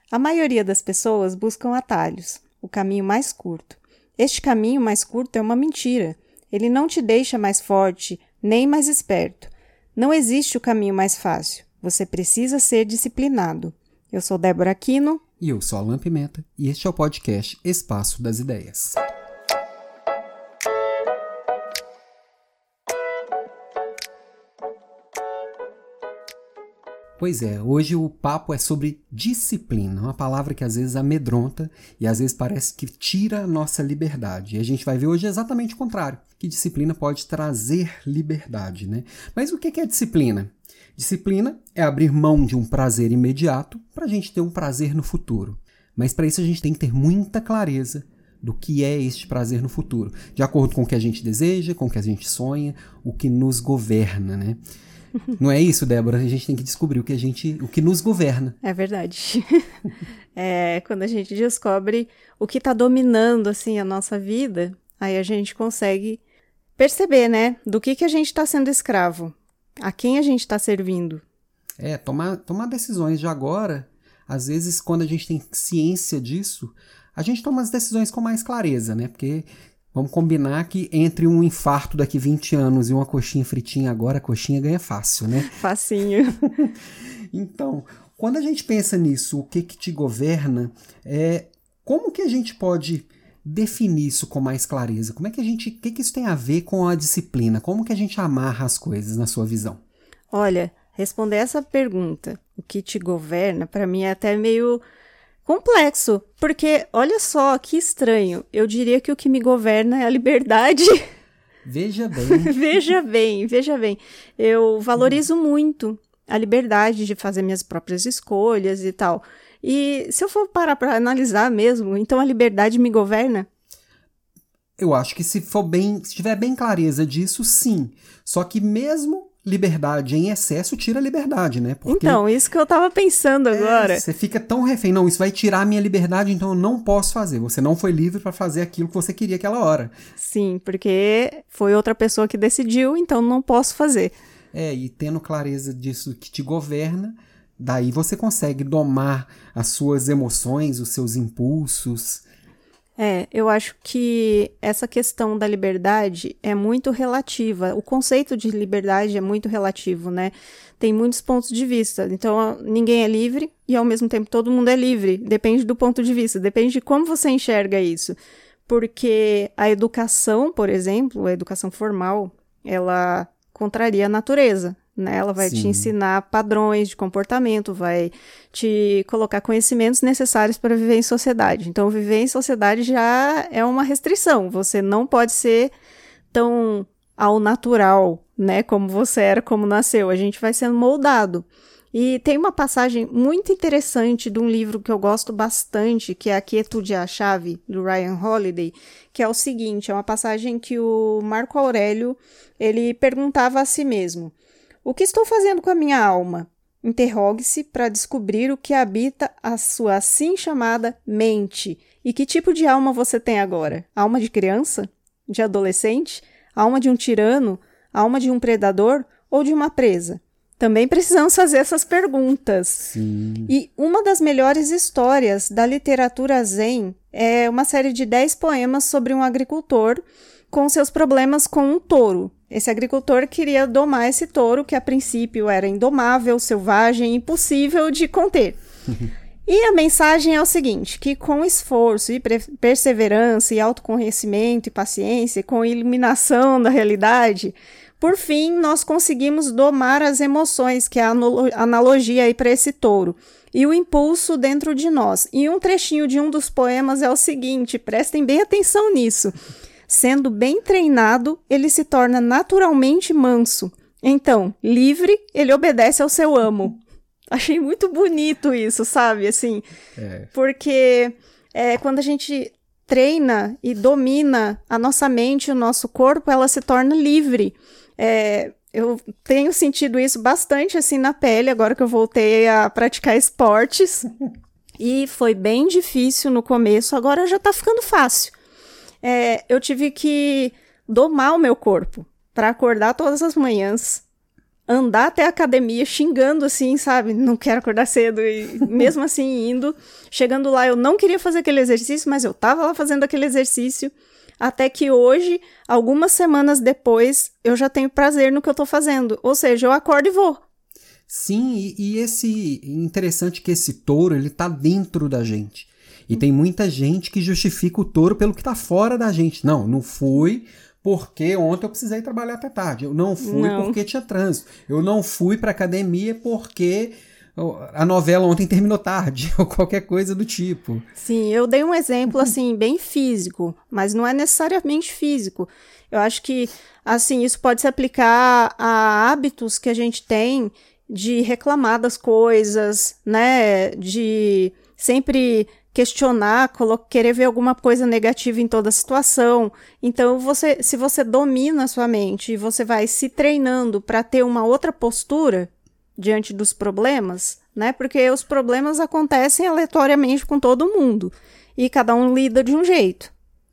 A maioria das pessoas buscam atalhos, o caminho mais curto. Este caminho mais curto é uma mentira. Ele não te deixa mais forte, nem mais esperto. Não existe o caminho mais fácil. Você precisa ser disciplinado. Eu sou Débora Aquino. E eu sou Alan Pimenta. E este é o podcast Espaço das Ideias. Pois é, hoje o papo é sobre disciplina, uma palavra que às vezes amedronta e às vezes parece que tira a nossa liberdade. E a gente vai ver hoje exatamente o contrário, que disciplina pode trazer liberdade, né? Mas o que é disciplina? Disciplina é abrir mão de um prazer imediato para a gente ter um prazer no futuro. Mas para isso a gente tem que ter muita clareza do que é este prazer no futuro, de acordo com o que a gente deseja, com o que a gente sonha, o que nos governa, né? Não é isso, Débora? A gente tem que descobrir o que nos governa. É verdade. Quando a gente descobre o que está dominando assim, a nossa vida, aí a gente consegue perceber, né? Do que a gente está sendo escravo, a quem a gente está servindo. Tomar decisões de agora, às vezes quando a gente tem ciência disso, a gente toma as decisões com mais clareza, né? Porque vamos combinar que entre um infarto daqui 20 anos e uma coxinha fritinha agora, a coxinha ganha fácil, né? Facinho. Então, quando a gente pensa nisso, o que te governa, como que a gente pode definir isso com mais clareza? O que isso tem a ver com a disciplina? Como que a gente amarra as coisas na sua visão? Olha, responder essa pergunta, o que te governa, para mim é até meio complexo, porque olha só que estranho, eu diria que o que me governa é a liberdade. Veja bem. Veja bem, eu valorizo muito a liberdade de fazer minhas próprias escolhas e tal, e se eu for parar para analisar mesmo, então a liberdade me governa? Eu acho que se tiver bem clareza disso, sim, só que mesmo liberdade em excesso tira a liberdade, né? Porque então, isso que eu tava pensando agora. Você fica tão refém. Não, isso vai tirar a minha liberdade, então eu não posso fazer. Você não foi livre para fazer aquilo que você queria aquela hora. Sim, porque foi outra pessoa que decidiu, então não posso fazer. E tendo clareza disso que te governa, daí você consegue domar as suas emoções, os seus impulsos. Eu acho que essa questão da liberdade é muito relativa. O conceito de liberdade é muito relativo, né? Tem muitos pontos de vista. Então, ninguém é livre e, ao mesmo tempo, todo mundo é livre. Depende do ponto de vista, depende de como você enxerga isso. Porque a educação, por exemplo, a educação formal, ela contraria a natureza, né? Ela vai te ensinar padrões de comportamento, vai te colocar conhecimentos necessários para viver em sociedade. Então, viver em sociedade já é uma restrição. Você não pode ser tão ao natural, né? Como você era, como nasceu. A gente vai sendo moldado. E tem uma passagem muito interessante de um livro que eu gosto bastante, que é A Quietude é a Chave, do Ryan Holiday, que é o seguinte, é uma passagem que o Marco Aurélio, ele perguntava a si mesmo: o que estou fazendo com a minha alma? Interrogue-se para descobrir o que habita a sua assim chamada mente. E que tipo de alma você tem agora? Alma de criança? De adolescente? Alma de um tirano? Alma de um predador? Ou de uma presa? Também precisamos fazer essas perguntas. Sim. E uma das melhores histórias da literatura zen é uma série de 10 poemas sobre um agricultor com seus problemas com um touro. Esse agricultor queria domar esse touro, que a princípio era indomável, selvagem, impossível de conter. E a mensagem é o seguinte, que com esforço e perseverança e autoconhecimento e paciência, com iluminação da realidade, por fim nós conseguimos domar as emoções, que é a analogia aí para esse touro, e o impulso dentro de nós. E um trechinho de um dos poemas é o seguinte, prestem bem atenção nisso. Sendo bem treinado, ele se torna naturalmente manso. Então, livre, ele obedece ao seu amo. Achei muito bonito isso, sabe? Assim, porque quando a gente treina e domina a nossa mente, o nosso corpo, ela se torna livre. Eu tenho sentido isso bastante assim na pele, agora que eu voltei a praticar esportes. E foi bem difícil no começo, agora já tá ficando fácil. Eu tive que domar o meu corpo para acordar todas as manhãs, andar até a academia xingando assim, sabe? Não quero acordar cedo e mesmo assim indo. Chegando lá, eu não queria fazer aquele exercício, mas eu tava lá fazendo aquele exercício. Até que hoje, algumas semanas depois, eu já tenho prazer no que eu tô fazendo. Ou seja, eu acordo e vou. Sim, e esse interessante que esse touro, ele tá dentro da gente. E tem muita gente que justifica o touro pelo que tá fora da gente. Não fui porque ontem eu precisei trabalhar até tarde. Eu não fui porque tinha trânsito. Eu não fui pra academia porque a novela ontem terminou tarde, ou qualquer coisa do tipo. Sim, eu dei um exemplo, assim, bem físico, mas não é necessariamente físico. Eu acho que, assim, isso pode se aplicar a hábitos que a gente tem de reclamar das coisas, né, de sempre questionar, querer ver alguma coisa negativa em toda a situação. Então, se você domina a sua mente e você vai se treinando para ter uma outra postura diante dos problemas, né? Porque os problemas acontecem aleatoriamente com todo mundo e cada um lida de um jeito.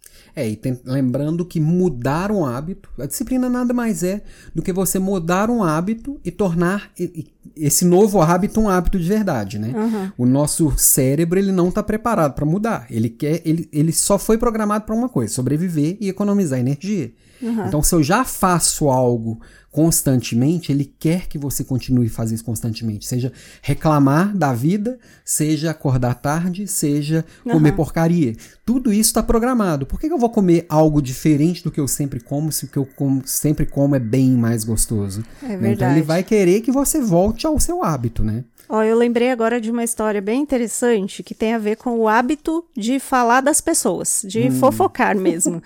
Lembrando que mudar um hábito, a disciplina nada mais é do que você mudar um hábito e tornar esse novo hábito um hábito de verdade, né? O nosso cérebro, ele não está preparado para mudar. Ele só foi programado para uma coisa, sobreviver e economizar energia. Então, se eu já faço algo constantemente, ele quer que você continue fazendo isso constantemente. Seja reclamar da vida, seja acordar tarde, seja comer porcaria. Tudo isso está programado. Por que eu vou comer algo diferente do que eu sempre como, se o que eu sempre como é bem mais gostoso? É verdade. Então ele vai querer que você volte ao seu hábito, né? Eu lembrei agora de uma história bem interessante que tem a ver com o hábito de falar das pessoas, de fofocar mesmo.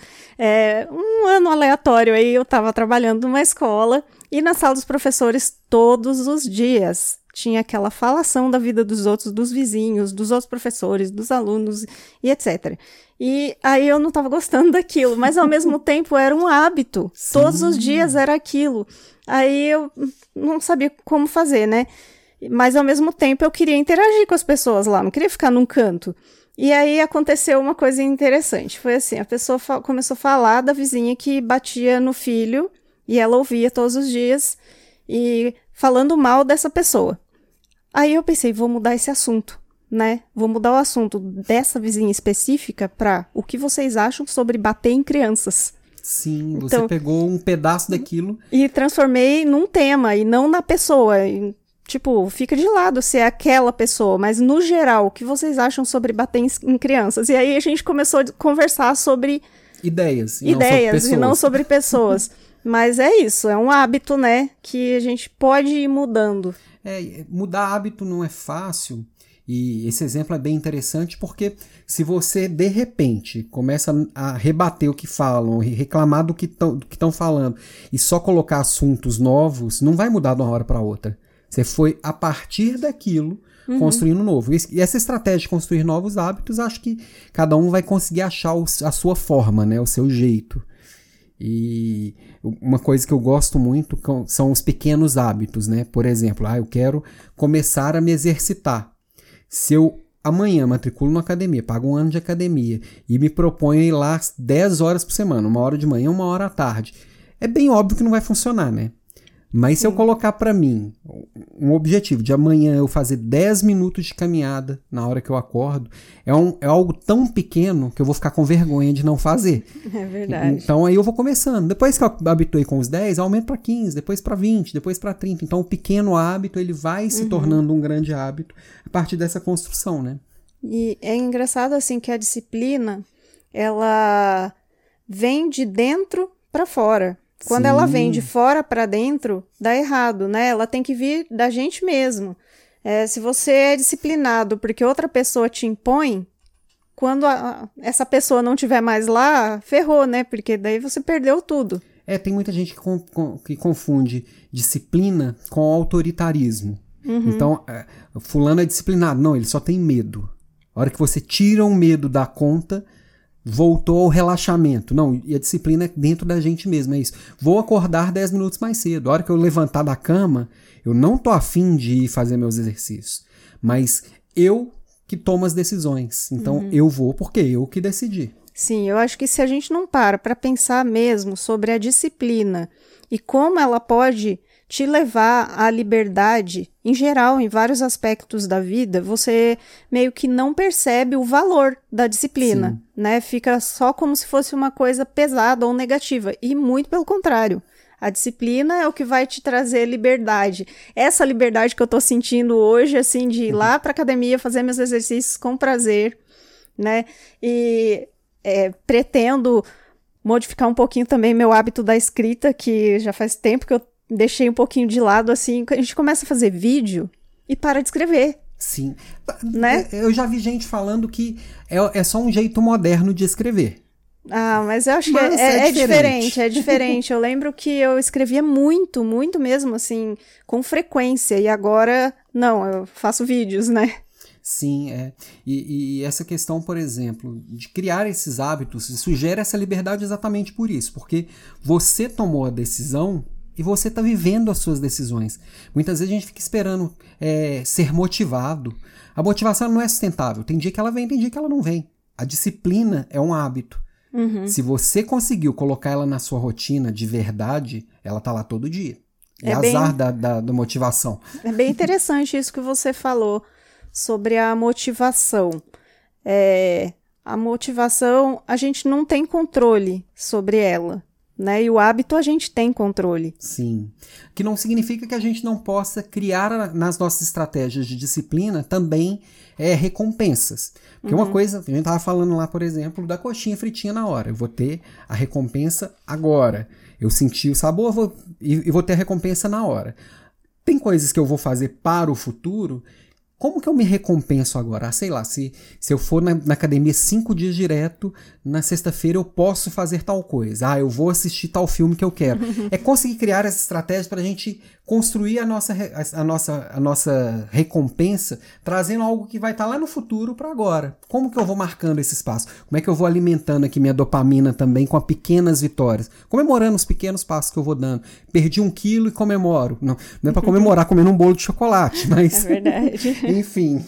Um ano aleatório aí, eu estava trabalhando numa escola e na sala dos professores todos os dias tinha aquela falação da vida dos outros, dos vizinhos, dos outros professores, dos alunos e etc. E aí eu não estava gostando daquilo, mas ao mesmo tempo era um hábito. Sim. Todos os dias era aquilo. Aí eu não sabia como fazer, né? Mas, ao mesmo tempo, eu queria interagir com as pessoas lá, não queria ficar num canto. E aí aconteceu uma coisa interessante. Foi assim, a pessoa começou a falar da vizinha que batia no filho, e ela ouvia todos os dias, e falando mal dessa pessoa. Aí eu pensei, vou mudar esse assunto, né? Vou mudar o assunto dessa vizinha específica para o que vocês acham sobre bater em crianças. Sim, você pegou um pedaço daquilo. E transformei num tema, e não na pessoa. Tipo, fica de lado se é aquela pessoa, mas no geral, o que vocês acham sobre bater em crianças? E aí a gente começou a conversar sobre ideias e não sobre pessoas. Mas é isso, é um hábito, né, que a gente pode ir mudando. Mudar hábito não é fácil, e esse exemplo é bem interessante porque se você, de repente, começa a rebater o que falam, reclamar do que estão falando, e só colocar assuntos novos, não vai mudar de uma hora para outra. Você foi, a partir daquilo, construindo novo. E essa estratégia de construir novos hábitos, acho que cada um vai conseguir achar a sua forma, né? O seu jeito. E uma coisa que eu gosto muito são os pequenos hábitos, né? Por exemplo, eu quero começar a me exercitar. Se eu amanhã matriculo na academia, pago 1 ano de academia e me proponho ir lá 10 horas por semana, 1 hora de manhã, 1 hora à tarde, é bem óbvio que não vai funcionar, né? Mas se eu colocar para mim um objetivo de amanhã eu fazer 10 minutos de caminhada na hora que eu acordo, é algo tão pequeno que eu vou ficar com vergonha de não fazer. É verdade. Então aí eu vou começando. Depois que eu habituei com os 10, eu aumento para 15, depois para 20, depois para 30. Então o pequeno hábito ele vai se tornando um grande hábito a partir dessa construção, né? E é engraçado assim que a disciplina, ela vem de dentro para fora. Quando ela vem de fora para dentro, dá errado, né? Ela tem que vir da gente mesmo. Se você é disciplinado porque outra pessoa te impõe, quando essa pessoa não estiver mais lá, ferrou, né? Porque daí você perdeu tudo. Tem muita gente que confunde disciplina com autoritarismo. Então, fulano é disciplinado. Não, ele só tem medo. A hora que você tira o medo da conta, voltou ao relaxamento. Não, e a disciplina é dentro da gente mesmo, é isso. Vou acordar 10 minutos mais cedo. A hora que eu levantar da cama, eu não tô afim de ir fazer meus exercícios. Mas eu que tomo as decisões. Então, eu vou porque eu que decidi. Sim, eu acho que se a gente não para pensar mesmo sobre a disciplina e como ela pode te levar à liberdade, em geral, em vários aspectos da vida, você meio que não percebe o valor da disciplina, né? Fica só como se fosse uma coisa pesada ou negativa, e muito pelo contrário. A disciplina é o que vai te trazer liberdade. Essa liberdade que eu tô sentindo hoje, assim, de ir lá pra academia, fazer meus exercícios com prazer, né? E pretendo modificar um pouquinho também meu hábito da escrita, que já faz tempo que eu deixei um pouquinho de lado, assim. A gente começa a fazer vídeo e para de escrever. Sim. Né? Eu já vi gente falando que é só um jeito moderno de escrever. Ah, mas eu acho que é diferente, é diferente. Eu lembro que eu escrevia muito, muito mesmo, assim, com frequência. E agora, não, eu faço vídeos, né? Sim, E essa questão, por exemplo, de criar esses hábitos, sugere essa liberdade exatamente por isso, porque você tomou a decisão e você está vivendo as suas decisões. Muitas vezes a gente fica esperando ser motivado. A motivação não é sustentável. Tem dia que ela vem, tem dia que ela não vem. A disciplina é um hábito. Uhum. Se você conseguiu colocar ela na sua rotina de verdade, ela tá lá todo dia. Azar da motivação. É bem interessante isso que você falou sobre a motivação. A motivação, a gente não tem controle sobre ela, né? E o hábito a gente tem controle. Sim. Que não significa que a gente não possa criar nas nossas estratégias de disciplina também recompensas. Porque uma coisa, a gente estava falando lá, por exemplo, da coxinha fritinha na hora. Eu vou ter a recompensa agora. Eu senti o sabor e vou ter a recompensa na hora. Tem coisas que eu vou fazer para o futuro. Como que eu me recompenso agora? Sei lá, se eu for na academia 5 dias direto, na sexta-feira eu posso fazer tal coisa. Eu vou assistir tal filme que eu quero. É conseguir criar essa estratégia para a gente construir a nossa recompensa, trazendo algo que vai estar lá no futuro para agora. Como que eu vou marcando esse espaço? Como é que eu vou alimentando aqui minha dopamina também com pequenas vitórias? Comemorando os pequenos passos que eu vou dando. Perdi 1 quilo e comemoro. Não é para comemorar comendo um bolo de chocolate, mas... É verdade. Enfim.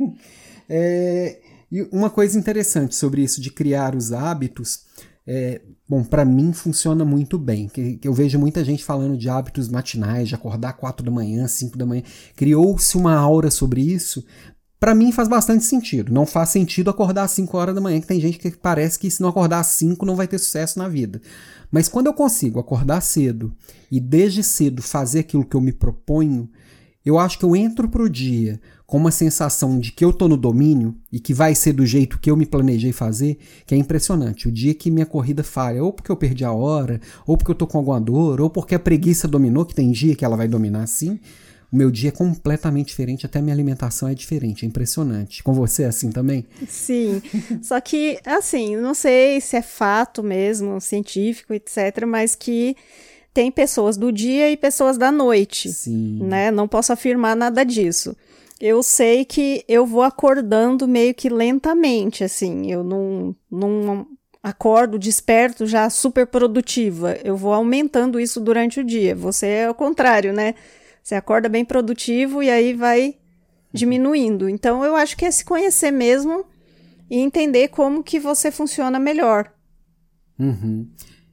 E uma coisa interessante sobre isso de criar os hábitos... Bom, para mim funciona muito bem, que eu vejo muita gente falando de hábitos matinais, de acordar 4 da manhã, 5 da manhã, criou-se uma aura sobre isso. Para mim faz bastante sentido, não faz sentido acordar às 5 horas da manhã, que tem gente que parece que se não acordar às 5 não vai ter sucesso na vida. Mas quando eu consigo acordar cedo e desde cedo fazer aquilo que eu me proponho, eu acho que eu entro pro dia com uma sensação de que eu tô no domínio e que vai ser do jeito que eu me planejei fazer, que é impressionante. O dia que minha corrida falha, ou porque eu perdi a hora, ou porque eu tô com alguma dor, ou porque a preguiça dominou, que tem dia que ela vai dominar assim, o meu dia é completamente diferente, até a minha alimentação é diferente, é impressionante. Com você é assim também? Sim, só que, assim, não sei se é fato mesmo, científico, etc., mas que tem pessoas do dia e pessoas da noite. Sim. Né? Não posso afirmar nada disso. Eu sei que eu vou acordando meio que lentamente, assim, eu não acordo, desperto já super produtiva, eu vou aumentando isso durante o dia. Você é o contrário, né? Você acorda bem produtivo e aí vai diminuindo. Então, eu acho que é se conhecer mesmo e entender como que você funciona melhor. Uhum.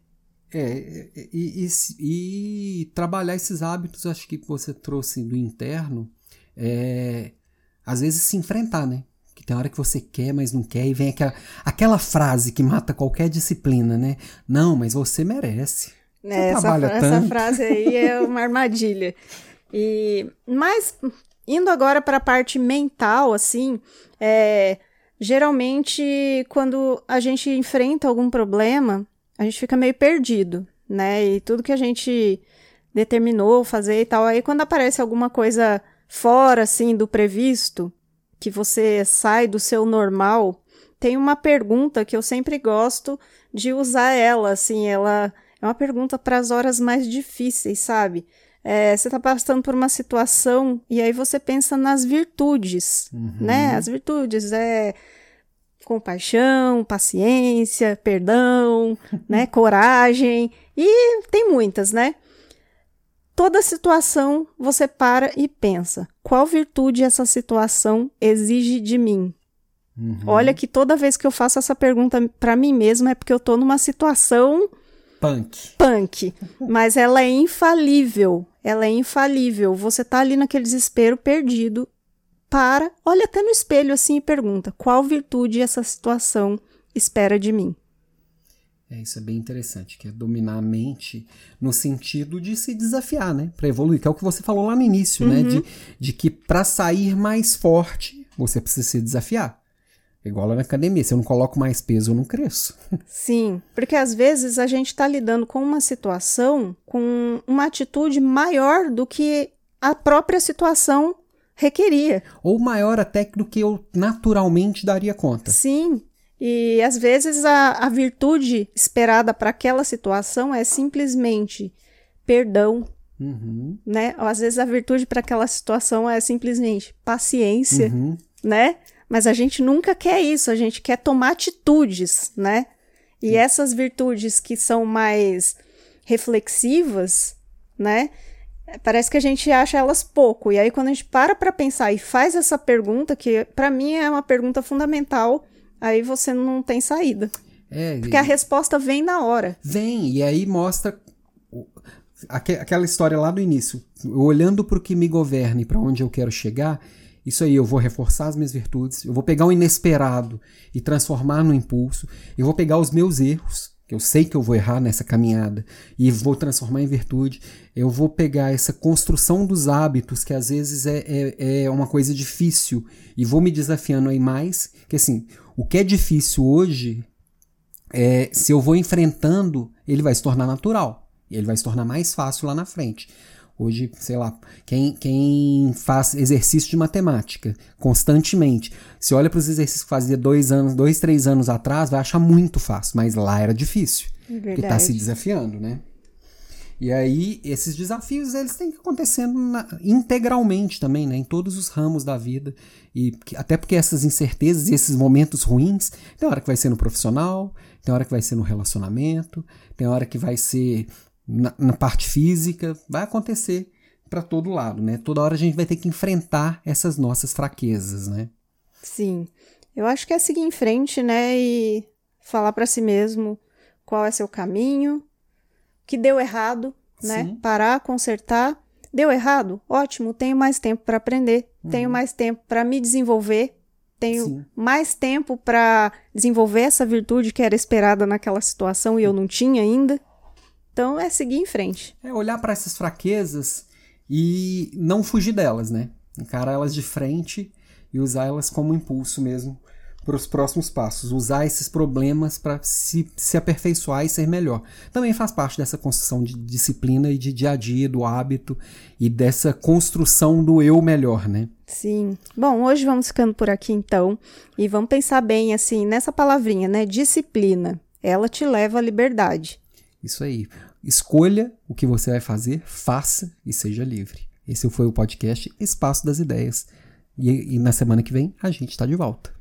E trabalhar esses hábitos, acho que você trouxe do interno, às vezes se enfrentar, né? Que tem hora que você quer, mas não quer, e vem aquela frase que mata qualquer disciplina, né? Não, mas você merece. Essa frase aí é uma armadilha. Mas, indo agora para a parte mental, assim, geralmente, quando a gente enfrenta algum problema, a gente fica meio perdido, né? E tudo que a gente determinou fazer e tal, aí quando aparece alguma coisa fora, assim, do previsto, que você sai do seu normal, tem uma pergunta que eu sempre gosto de usar ela, assim, ela é uma pergunta para as horas mais difíceis, sabe? Você tá passando por uma situação e aí você pensa nas virtudes, né? As virtudes compaixão, paciência, perdão, né? Coragem, e tem muitas, né? Toda situação você para e pensa, qual virtude essa situação exige de mim? Olha que toda vez que eu faço essa pergunta para mim mesma é porque eu tô numa situação punk, mas ela é infalível. ela é infalível. Você tá ali naquele desespero, perdido, olha até no espelho assim e pergunta: qual virtude essa situação espera de mim? Isso é bem interessante, que é dominar a mente no sentido de se desafiar, né? Para evoluir, que é o que você falou lá no início, né? De que para sair mais forte, você precisa se desafiar. Igual lá na academia, se eu não coloco mais peso, eu não cresço. Sim, porque às vezes a gente está lidando com uma situação com uma atitude maior do que a própria situação requeria. Ou maior até do que eu naturalmente daria conta. Sim, e às vezes a virtude esperada para aquela situação é simplesmente perdão, né? Ou às vezes a virtude para aquela situação é simplesmente paciência, né? Mas a gente nunca quer isso, a gente quer tomar atitudes, né? E essas virtudes que são mais reflexivas, né? Parece que a gente acha elas pouco. E aí quando a gente para pensar e faz essa pergunta, que para mim é uma pergunta fundamental, aí você não tem saída. Porque a resposta vem na hora. Vem, e aí mostra aquela história lá do início. Olhando para o que me governa e para onde eu quero chegar, isso aí, eu vou reforçar as minhas virtudes, eu vou pegar o inesperado e transformar no impulso, eu vou pegar os meus erros, que eu sei que eu vou errar nessa caminhada, e vou transformar em virtude, eu vou pegar essa construção dos hábitos, que às vezes é uma coisa difícil, e vou me desafiando aí mais, que assim, o que é difícil hoje, se eu vou enfrentando, ele vai se tornar natural, e ele vai se tornar mais fácil lá na frente. Hoje, sei lá, quem faz exercício de matemática constantemente, se olha para os exercícios que fazia 2, 3 anos atrás, vai achar muito fácil, mas lá era difícil, porque está se desafiando, né? E aí, esses desafios, eles têm que acontecer integralmente também, né? Em todos os ramos da vida, e até porque essas incertezas e esses momentos ruins, tem hora que vai ser no profissional, tem hora que vai ser no relacionamento, tem hora que vai ser na parte física, vai acontecer para todo lado, né? Toda hora a gente vai ter que enfrentar essas nossas fraquezas, né? Sim, eu acho que é seguir em frente, né? E falar para si mesmo qual é seu caminho, que deu errado, né? Sim. Parar, consertar. Deu errado? Ótimo, tenho mais tempo para aprender, tenho mais tempo para me desenvolver, tenho mais tempo para desenvolver essa virtude que era esperada naquela situação e eu não tinha ainda. Então, é seguir em frente. É olhar para essas fraquezas e não fugir delas, né? Encarar elas de frente e usar elas como impulso mesmo para os próximos passos. Usar esses problemas para se aperfeiçoar e ser melhor. Também faz parte dessa construção de disciplina e de dia a dia, do hábito e dessa construção do eu melhor, né? Sim. Bom, hoje vamos ficando por aqui então e vamos pensar bem assim nessa palavrinha, né? Disciplina. Ela te leva à liberdade. Isso aí. Escolha o que você vai fazer, faça e seja livre. Esse foi o podcast Espaço das Ideias. E na semana que vem a gente está de volta.